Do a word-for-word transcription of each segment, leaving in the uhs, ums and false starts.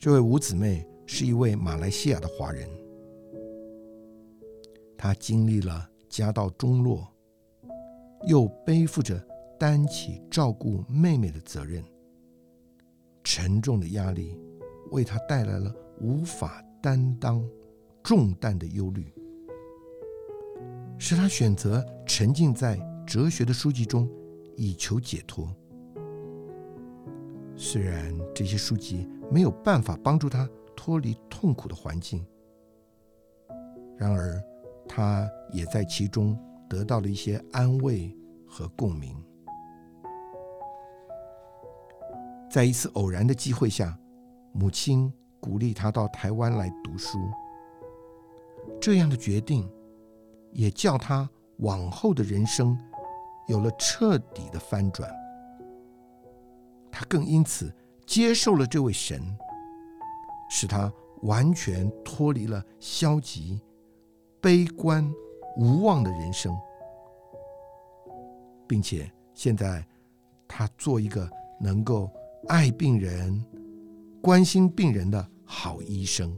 这位吴姊妹是一位马来西亚的华人，她经历了家道中落，又背负着担起照顾妹妹的责任，沉重的压力为她带来了无法担当重担的忧虑，使她选择沉浸在哲学的书籍中以求解脱。虽然这些书籍没有办法帮助她脱离痛苦的环境，然而她也在其中得到了一些安慰和共鸣。在一次偶然的机会下，母亲鼓励她到台湾来读书，这样的决定也叫她往后的人生有了彻底的翻转。她更因此接受了这位神，使她完全脱离了消极、悲观、无望的人生，并且现在她做一个能够爱病人、关心病人的好医生。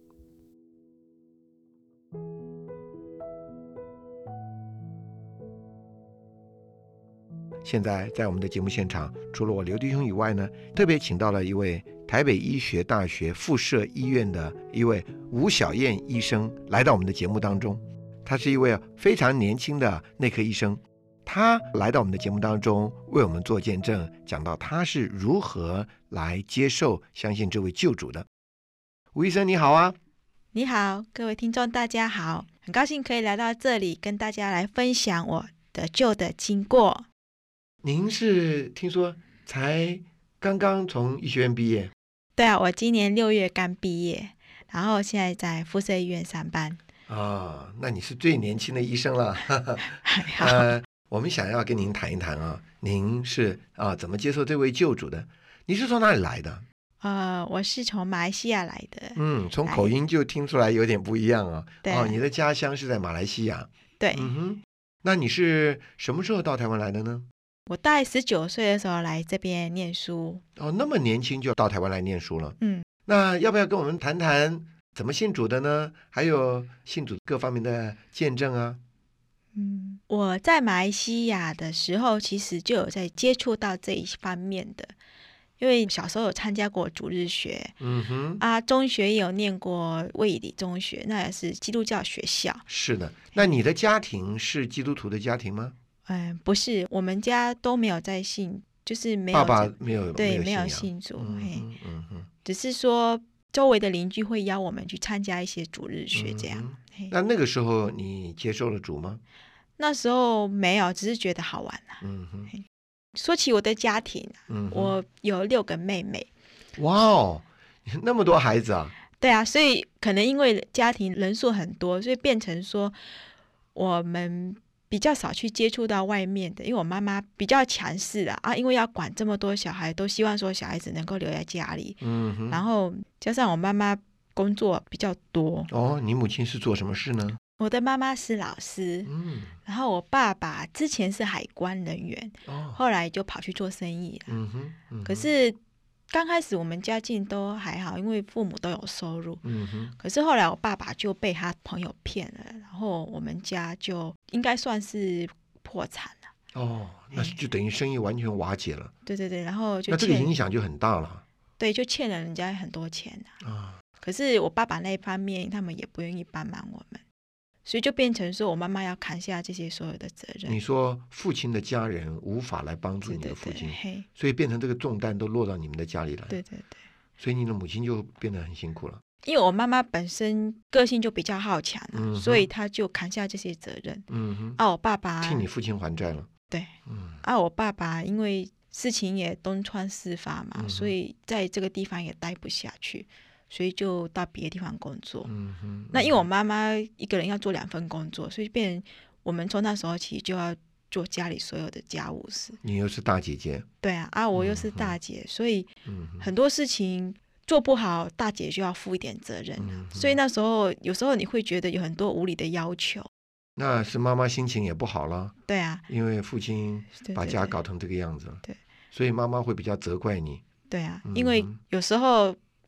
现在在我们的节目现场，除了我刘弟兄以外呢，特别请到了一位台北医学大学附设医院的一位吴小燕医生来到我们的节目当中。他是一位非常年轻的内科医生，他来到我们的节目当中为我们做见证，讲到他是如何来接受相信这位救主的。吴医生你好啊。 你好，各位听众大家好，很高兴可以来到这里跟大家来分享我得救的经过。 您是听说才刚刚从医学院毕业？ 对啊，我今年六月刚毕业，然后现在在附设医院上班。 哦，那你是最年轻的医生了。呃，我们想要跟您谈一谈啊，您是啊怎么接受这位救主的？你是从哪里来的？ 呃，我是从马来西亚来的。 嗯，从口音就听出来有点不一样啊。 对哦，你的家乡是在马来西亚。 对。 嗯哼，那你是什么时候到台湾来的呢？ 我大概十九岁的时候来这边念书。 哦，那么年轻就到台湾来念书了。 嗯， 那要不要跟我们谈谈怎么信主的呢？还有信主各方面的见证啊。 嗯，我在马来西亚的时候，其实就有在接触到这一方面的，因为小时候有参加过主日学。 嗯哼， 啊，中学也有念过卫理中学，那也是基督教学校。 是的，那你的家庭是基督徒的家庭吗？ 嗯，不是，我们家都没有在信，就是没有爸爸没有对没有没有信主。 嗯嘿哼嗯哼， 只是说周围的邻居会邀我们去参加一些主日学这样。 嗯嘿那那个时候你接受了主吗？ 那时候没有，只是觉得好玩啊。 嗯哼， 说起我的家庭啊， 嗯哼， 我有六个妹妹。 哇哦，那么多孩子啊。 对啊，所以可能因为家庭人数很多，所以变成说我们比较少去接触到外面的，因为我妈妈比较强势啊，啊因为要管这么多小孩，都希望说小孩子能够留在家里。 嗯哼， 然后加上我妈妈工作比较多。 哦，你母亲是做什么事呢？ 我的妈妈是老师， 嗯， 然后我爸爸之前是海关人员， 哦， 后来就跑去做生意了。 嗯哼，嗯哼可是刚开始我们家境都还好，因为父母都有收入。 嗯哼， 可是后来我爸爸就被他朋友骗了，然后我们家就应该算是破产了。 哦，那就等于生意完全瓦解了。 对对对，然后就那这个欠影响就很大了对，就欠了人家很多钱啊。 啊。 可是我爸爸那一方面，他们也不愿意帮忙我们，所以就变成说我妈妈要扛下这些所有的责任。 你说父亲的家人无法来帮助对对你的父亲， 对，嘿， 所以变成这个重担都落到你们的家里来。 对对对。 所以你的母亲就变得很辛苦了。 因为我妈妈本身个性就比较好强、啊嗯哼所以她就扛下这些责任。 嗯哼， 啊，我爸爸替你父亲还债了。 对， 嗯啊，我爸爸因为事情也东窗事发嘛， 嗯哼所以在这个地方也待不下去，所以就到别的地方工作。 嗯哼， 那因为我妈妈一个人要做两份工作，所以变成我们从那时候起就要做家里所有的家务事。 你又是大姐姐。 对啊，啊，我又是大姐，所以嗯哼， 很多事情做不好，大姐就要负一点责任、啊嗯哼所以那时候有时候你会觉得有很多无理的要求。 那是妈妈心情也不好了， 对啊， 因为父亲把对对对家搞成这个样子了。 对， 所以妈妈会比较责怪你。 对啊， 嗯因为有时候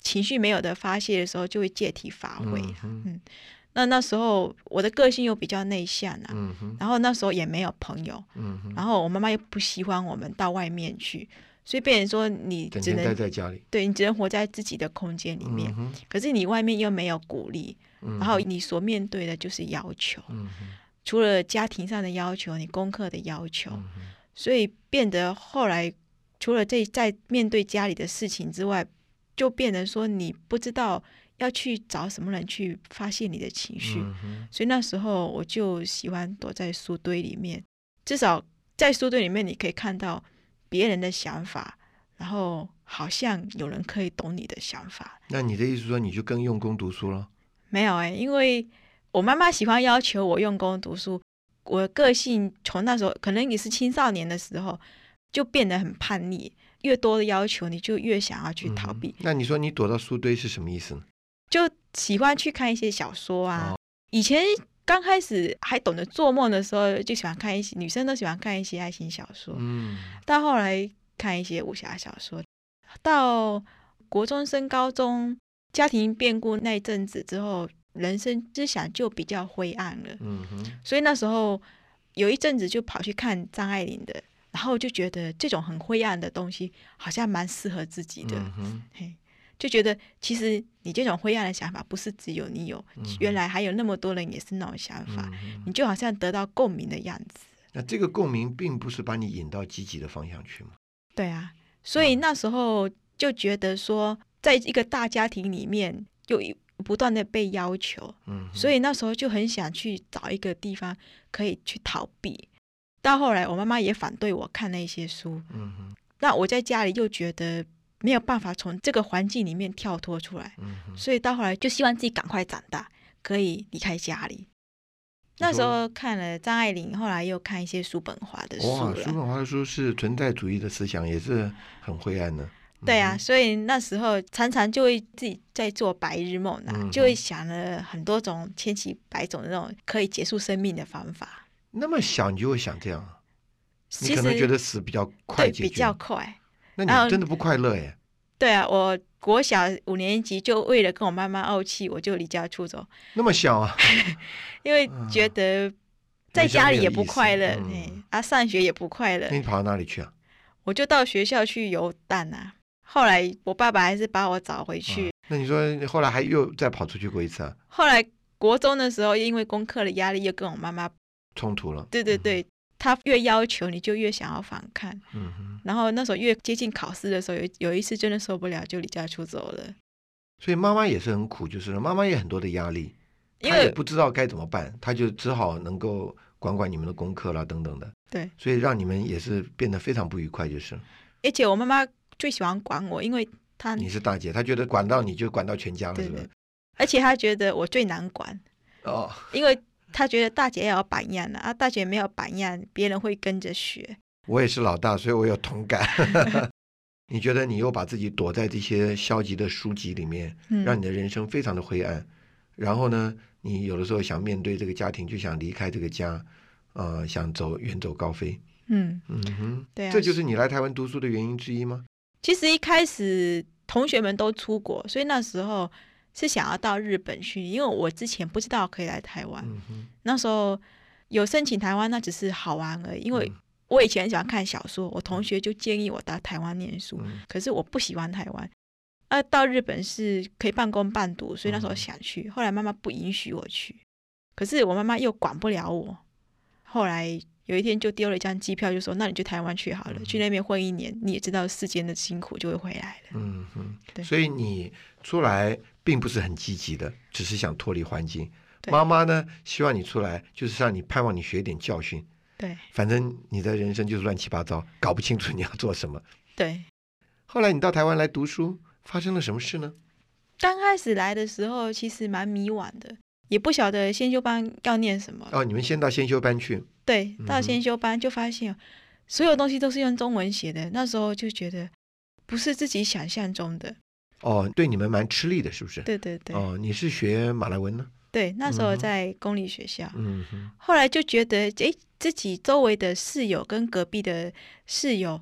情绪没有的发泄的时候，就会借题发挥。 嗯嗯，那那时候我的个性又比较内向啊， 嗯哼然后那时候也没有朋友， 嗯哼， 然后我妈妈又不喜欢我们到外面去，所以变成说你整天只能待在家里， 对你只能活在自己的空间里面， 嗯哼可是你外面又没有鼓励， 嗯然后你所面对的就是要求， 嗯哼除了家庭上的要求，你功课的要求， 嗯哼所以变得后来除了这在面对家里的事情之外，就变成说你不知道要去找什么人去发泄你的情绪， 嗯哼所以那时候我就喜欢躲在书堆里面，至少在书堆里面你可以看到别人的想法，然后好像有人可以懂你的想法。 那你的意思说你就更用功读书了？ 没有哎、因为我妈妈喜欢要求我用功读书，我个性从那时候可能也是青少年的时候就变得很叛逆，越多的要求你就越想要去逃避， 嗯、那你说你躲到书堆是什么意思呢？ 就喜欢去看一些小说啊。 哦、 以前刚开始还懂得做梦的时候，就喜欢看一些女生都喜欢看一些爱情小说， 嗯， 到后来看一些武侠小说，到国中升高中，家庭变故那一阵子之后，人生思想就比较灰暗了。 嗯哼， 所以那时候有一阵子就跑去看张爱玲的，然后就觉得这种很灰暗的东西好像蛮适合自己的。 嗯哼， 嘿，就觉得其实你这种灰暗的想法不是只有你有， 嗯、 原来还有那么多人也是那种想法， 嗯、 你就好像得到共鸣的样子。 那这个共鸣并不是把你引到积极的方向去吗？ 对啊，所以那时候就觉得说，在一个大家庭里面，又不断的被要求， 嗯， 所以那时候就很想去找一个地方可以去逃避。到后来，我妈妈也反对我看那些书， 嗯哼， 那我在家里又觉得没有办法从这个环境里面跳脱出来， 嗯哼， 所以到后来就希望自己赶快长大，可以离开家里。那时候看了张爱玲，后来又看一些叔本华的书了。 哇，叔本华的书是存在主义的思想，也是很灰暗的。 对啊，所以那时候常常就会自己在做白日梦啊， 嗯、 就会想了很多种千奇百种的那种可以结束生命的方法。 那么小你就会想这样啊？ 其你可能觉得死比较快解决， 对，比较快。 那你真的不快乐耶？ 对啊，我国小五年级就为了跟我妈妈怄气，我就离家出走。 那么小啊？ 因为觉得在家里也不快乐， 嗯嗯、啊，上学也不快乐。 那你跑到哪里去啊？ 我就到学校去游荡啊。后来我爸爸还是把我找回去。 啊、那你说后来还又再跑出去过一次啊？ 后来国中的时候，因为功课的压力，又跟我妈妈冲突了。 对对对，嗯、他越要求你就越想要反抗。 嗯哼。 然后那时候越接近考试的时候，有有一次真的受不了，就离家出走了。 所以妈妈也是很苦，就是妈妈也很多的压力，她也不知道该怎么办，她就只好能够管管你们的功课啦等等的。 对， 所以让你们也是变得非常不愉快，就是。 而且我妈妈最喜欢管我，因为她你是大姐，她觉得管到你就管到全家了，是不是？ 而且她觉得我最难管哦， 因为她觉得大姐要有榜样啊，啊大姐没有榜样，别人会跟着学。 我也是老大，所以我有同感。你觉得你又把自己躲在这些消极的书籍里面， 嗯、 让你的人生非常的灰暗。然后呢，你有的时候想面对这个家庭，就想离开这个家，呃，想走远走高飞。 嗯嗯哼， 对啊， 这就是你来台湾读书的原因之一吗？ 其实一开始同学们都出国，所以那时候是想要到日本去，因为我之前不知道可以来台湾。 嗯哼， 那时候有申请台湾，那只是好玩而已，因为我以前很喜欢看小说，我同学就建议我到台湾念书， 嗯、 可是我不喜欢台湾。啊，到日本是可以半工半读，所以那时候想去，后来妈妈不允许我去，可是我妈妈又管不了我。后来有一天就丢了一张机票，就说那你去台湾去好了，嗯、去那边混一年，你也知道世间的辛苦就会回来了。 嗯哼， 对， 所以你出来并不是很积极的，只是想脱离环境。妈妈呢，希望你出来，就是让你盼望你学一点教训。 对， 反正你的人生就是乱七八糟，搞不清楚你要做什么。 对。 后来你到台湾来读书，发生了什么事呢？ 刚开始来的时候，其实蛮迷惘的，也不晓得先修班要念什么。 哦，你们先到先修班去？ 对，到先修班就发现、嗯、所有东西都是用中文写的，那时候就觉得不是自己想象中的。 哦，对你们蛮吃力的，是不是？ 对对对。 哦，你是学马来文呢？ 对，那时候在公立学校。 嗯哼。 后来就觉得，哎，自己周围的室友跟隔壁的室友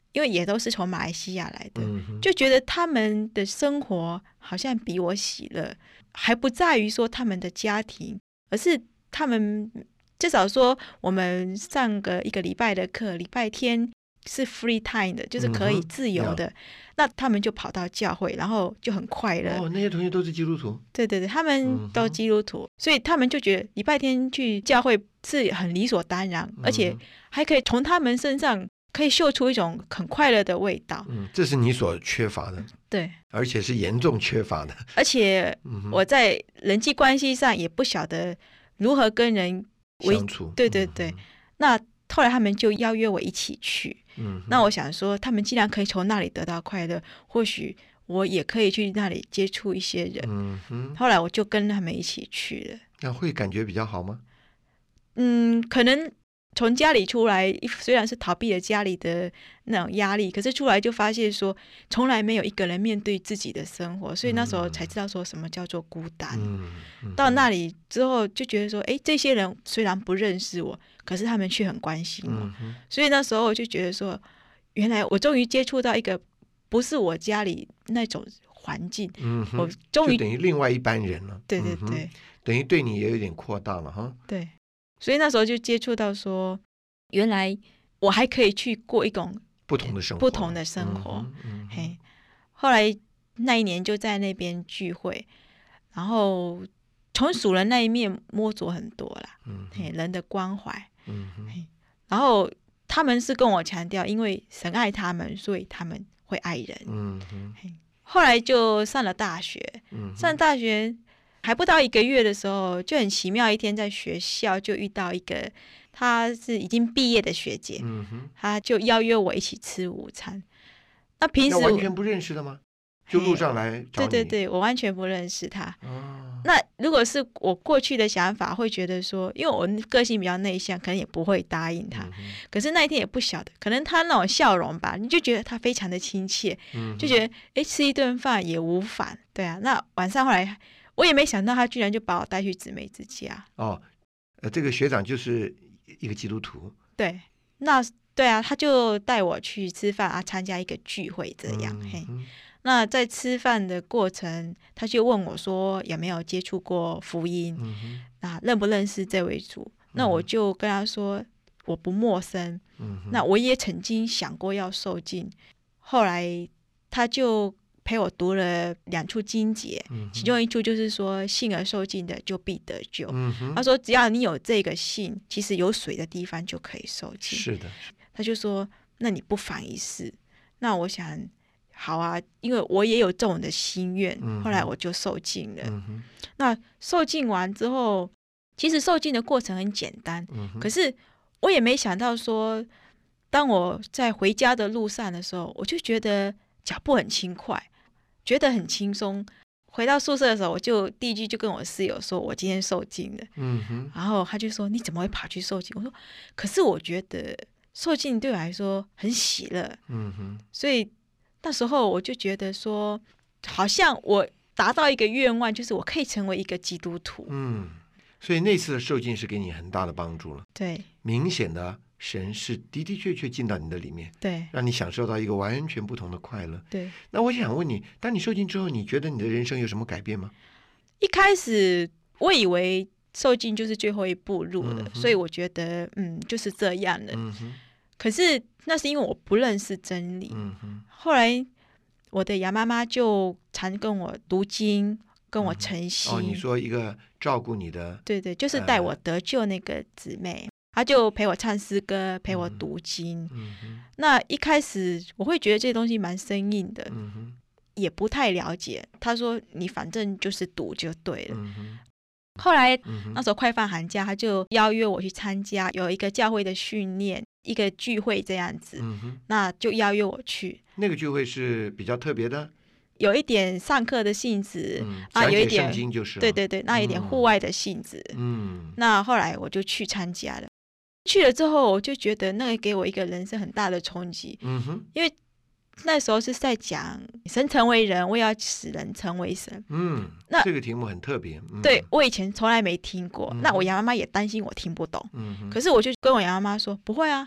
因为也都是从马来西亚来的， 嗯、 就觉得他们的生活好像比我喜乐，还不在于说他们的家庭，而是他们至少说我们上个一个礼拜的课，礼拜天是 free time 的，就是可以自由的、嗯、那他们就跑到教会，然后就很快乐。 哦，那些同学都是基督徒？对对对，他们都基督徒、嗯、所以他们就觉得礼拜天去教会是很理所当然、嗯、而且还可以从他们身上可以嗅出一种很快乐的味道。 嗯，这是你所缺乏的。 对， 而且是严重缺乏的。 而且我在人际关系上也不晓得如何跟人相处。 对对对、嗯、那后来他们就邀约我一起去、嗯、那我想说他们既然可以从那里得到快乐，或许我也可以去那里接触一些人、嗯、后来我就跟他们一起去了。 那会感觉比较好吗？ 嗯，可能从家里出来，虽然是逃避了家里的那种压力，可是出来就发现说从来没有一个人面对自己的生活，所以那时候才知道说什么叫做孤单、嗯嗯、到那里之后就觉得说哎，这些人虽然不认识我，可是他们却很关心我、嗯、所以那时候我就觉得说原来我终于接触到一个不是我家里那种环境、 嗯、 我终于就等于另外一般人了。 对对对、嗯、 等于对你也有点扩大了哈。 对，所以那时候就接触到说原来我还可以去过一种不同的生活， 不同的生活、嗯嗯、嘿，后来那一年就在那边聚会，然后从属人那一面摸着很多啦、嗯、嘿，人的关怀、嗯、然后他们是跟我强调因为神爱他们，所以他们会爱人、嗯、嘿，后来就上了大学、嗯、上了大学还不到一个月的时候，就很奇妙，一天在学校就遇到一个她是已经毕业的学姐、嗯、她就邀约我一起吃午餐。那平时完全不认识的吗？就路上来找你？ 对对对，我完全不认识她、哦、那如果是我过去的想法会觉得说，因为我个性比较内向，可能也不会答应她、嗯、可是那一天也不晓得，可能她那种笑容吧，你就觉得她非常的亲切、嗯、就觉得哎，吃一顿饭也无妨。对啊，那晚上后来我也没想到他居然就把我带去姊妹之家。 哦，呃，这个学长就是一个基督徒。 对，那对啊，他就带我去吃饭啊，参加一个聚会这样、嗯、嘿。那在吃饭的过程，他就问我说有没有接触过福音、嗯、那认不认识这位主、嗯、那我就跟他说我不陌生、嗯、那我也曾经想过要受浸。后来他就陪我读了两处经节、嗯、其中一处就是说信而受浸的就必得救、嗯、他说只要你有这个信，其实有水的地方就可以受浸。 是的， 他就说那你不妨一试。那我想好啊，因为我也有这种的心愿、嗯、后来我就受浸了、嗯、那受浸完之后，其实受浸的过程很简单、嗯、可是我也没想到说当我在回家的路上的时候，我就觉得脚步很轻快，觉得很轻松。回到宿舍的时候，我就第一句就跟我室友说我今天受浸了、嗯、哼然后他就说你怎么会跑去受浸？我说可是我觉得受浸对我来说很喜乐、嗯、哼所以那时候我就觉得说好像我达到一个愿望，就是我可以成为一个基督徒。 嗯，所以那次的受浸是给你很大的帮助了。 对， 明显的神是的的确确进到你的里面， 对， 让你享受到一个完全不同的快乐。 对， 那我想问你，当你受浸之后，你觉得你的人生有什么改变吗？ 一开始我以为受浸就是最后一步路了、嗯、所以我觉得嗯就是这样了、嗯、可是那是因为我不认识真理、嗯、后来我的杨妈妈就常跟我读经，跟我晨曦、嗯、哦， 你说一个照顾你的， 对对，就是带我得救那个姊妹、呃他就陪我唱诗歌，陪我读经、嗯嗯、那一开始我会觉得这些东西蛮生硬的、嗯、也不太了解。他说你反正就是读就对了、嗯、后来、嗯、那时候快放寒假，他就邀约我去参加有一个教会的训练，一个聚会这样子、嗯、那就邀约我去。 那个聚会是比较特别的， 有一点上课的性质、 嗯、 啊，有一点圣经就是对对对，那有一点户外的性质。 嗯， 那后来我就去参加了。去了之后我就觉得那个给我一个人生很大的冲击、嗯、哼因为那时候是在讲神成为人，我也要使人成为神。 嗯，那这个题目很特别、嗯、 对，我以前从来没听过、嗯、那我杨妈妈也担心我听不懂、嗯、可是我就跟我杨妈妈说不会啊，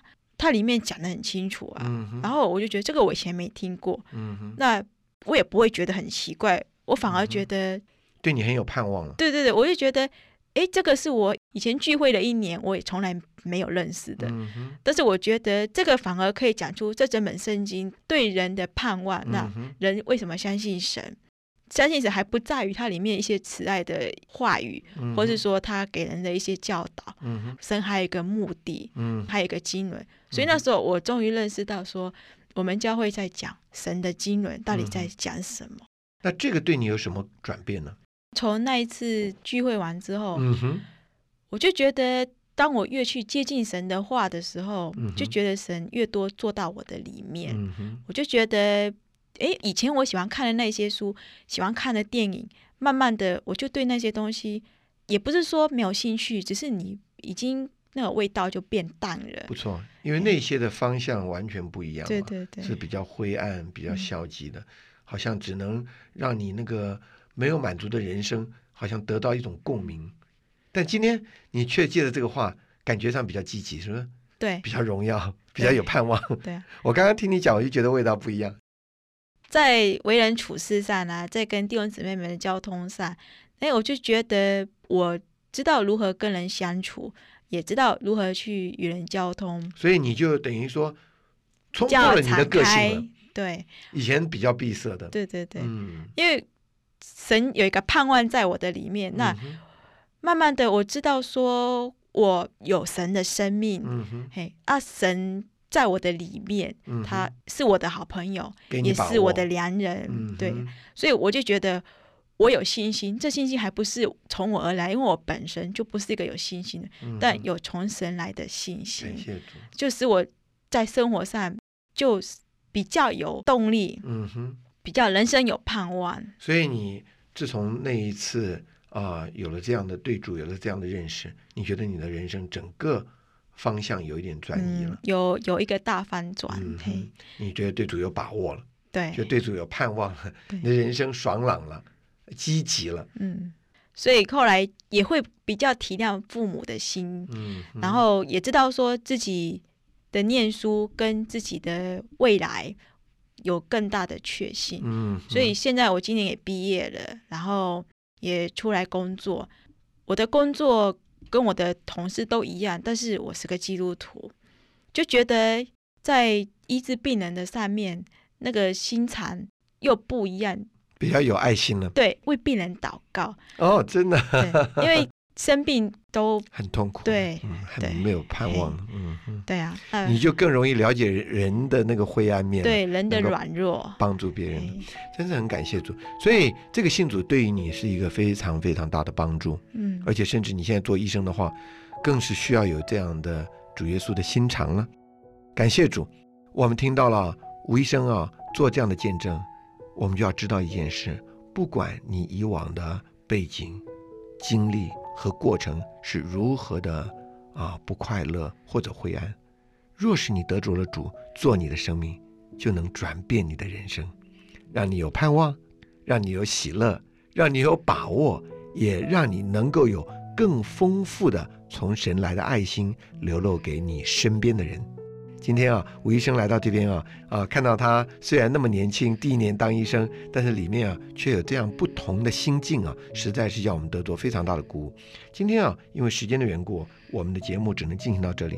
它里面讲得很清楚啊、 嗯、 然后我就觉得这个我以前没听过、 嗯、 那我也不会觉得很奇怪，我反而觉得、嗯、 对你很有盼望了。 对对对，我就觉得哎，这个是我以前聚会了一年我也从来没有认识的、 嗯、 但是我觉得这个反而可以讲出这整本圣经对人的盼望、嗯、那人为什么相信神，相信神还不在于它里面一些慈爱的话语、嗯、或是说他给人的一些教导、嗯、神还有一个目的、嗯、还有一个经纶，所以那时候我终于认识到说我们教会在讲神的经纶到底在讲什么、嗯、 那这个对你有什么转变呢？ 从那一次聚会完之后、 嗯、 我就觉得当我越去接近神的话的时候、嗯、就觉得神越多做到我的里面、嗯、我就觉得诶，以前我喜欢看的那些书，喜欢看的电影，慢慢的我就对那些东西也不是说没有兴趣，只是你已经那个味道就变淡了。 不错，因为那些的方向完全不一样、嗯、 对对对， 是比较灰暗比较消极的、嗯、好像只能让你那个没有满足的人生好像得到一种共鸣，但今天你却借着这个话感觉上比较积极，是不是？ 对， 比较荣耀，比较有盼望。 对, 对我刚刚听你讲我就觉得味道不一样， 在为人处事上啊，在跟弟兄姊妹们的交通上，哎，我就觉得我知道如何跟人相处，也知道如何去与人交通， 所以你就等于说冲破了你的个性了。 对， 以前比较闭塞的。 对对对、 嗯、 因为神有一个盼望在我的里面、嗯、那慢慢的我知道说我有神的生命、嗯、嘿啊，神在我的里面、嗯、他是我的好朋友，也是我的良人、嗯、对，所以我就觉得我有信心，这信心还不是从我而来，因为我本身就不是一个有信心的、嗯、但有从神来的信心，就使我在生活上就比较有动力、嗯、哼，比较人生有盼望。 所以你自从那一次、呃、有了这样的对主，有了这样的认识，你觉得你的人生整个方向有一点转移了、嗯、 有有一个大翻转、 嗯、你觉得对主有把握了， 对， 就对主有盼望了，你的人生爽朗了，积极了， 嗯，所以后来也会比较体谅父母的心、嗯、然后也知道说自己的念书跟自己的未来有更大的确信、嗯、所以现在我今年也毕业了，然后也出来工作，我的工作跟我的同事都一样，但是我是个基督徒，就觉得在医治病人的上面那个心肠又不一样， 比较有爱心了。 对，为病人祷告。 哦，真的。 对，因为生病都很痛苦， 对， 嗯，很没有盼望，嗯嗯， 对啊、呃， 你就更容易了解人的那个灰暗面， 对人的软弱， 帮助别人，真是很感谢主。所以这个信主对于你是一个非常非常大的帮助，嗯，而且甚至你现在做医生的话，更是需要有这样的主耶稣的心肠了。感谢主，我们听到了吴医生啊做这样的见证，我们就要知道一件事，不管你以往的背景、经历和过程是如何的啊不快乐或者灰暗，若是你得着了主做你的生命，就能转变你的人生，让你有盼望，让你有喜乐，让你有把握，也让你能够有更丰富的从神来的爱心流露给你身边的人。今天啊，吴医生来到这边啊，啊，看到他虽然那么年轻，第一年当医生，但是里面啊却有这样不同的心境啊，实在是叫我们得着非常大的鼓舞。今天啊，因为时间的缘故，我们的节目只能进行到这里。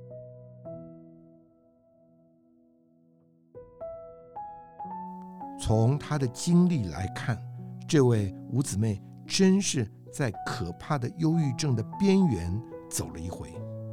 从他的经历来看，这位吴姊妹真是在可怕的忧郁症的边缘走了一回。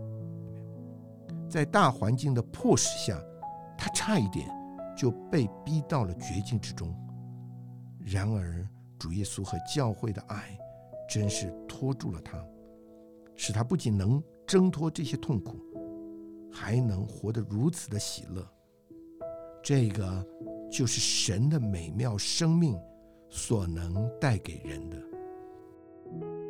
在大环境的迫使下，他差一点就被逼到了绝境之中。然而主耶稣和教会的爱真是拖住了他，使他不仅能挣脱这些痛苦，还能活得如此的喜乐。这个就是神的美妙生命所能带给人的。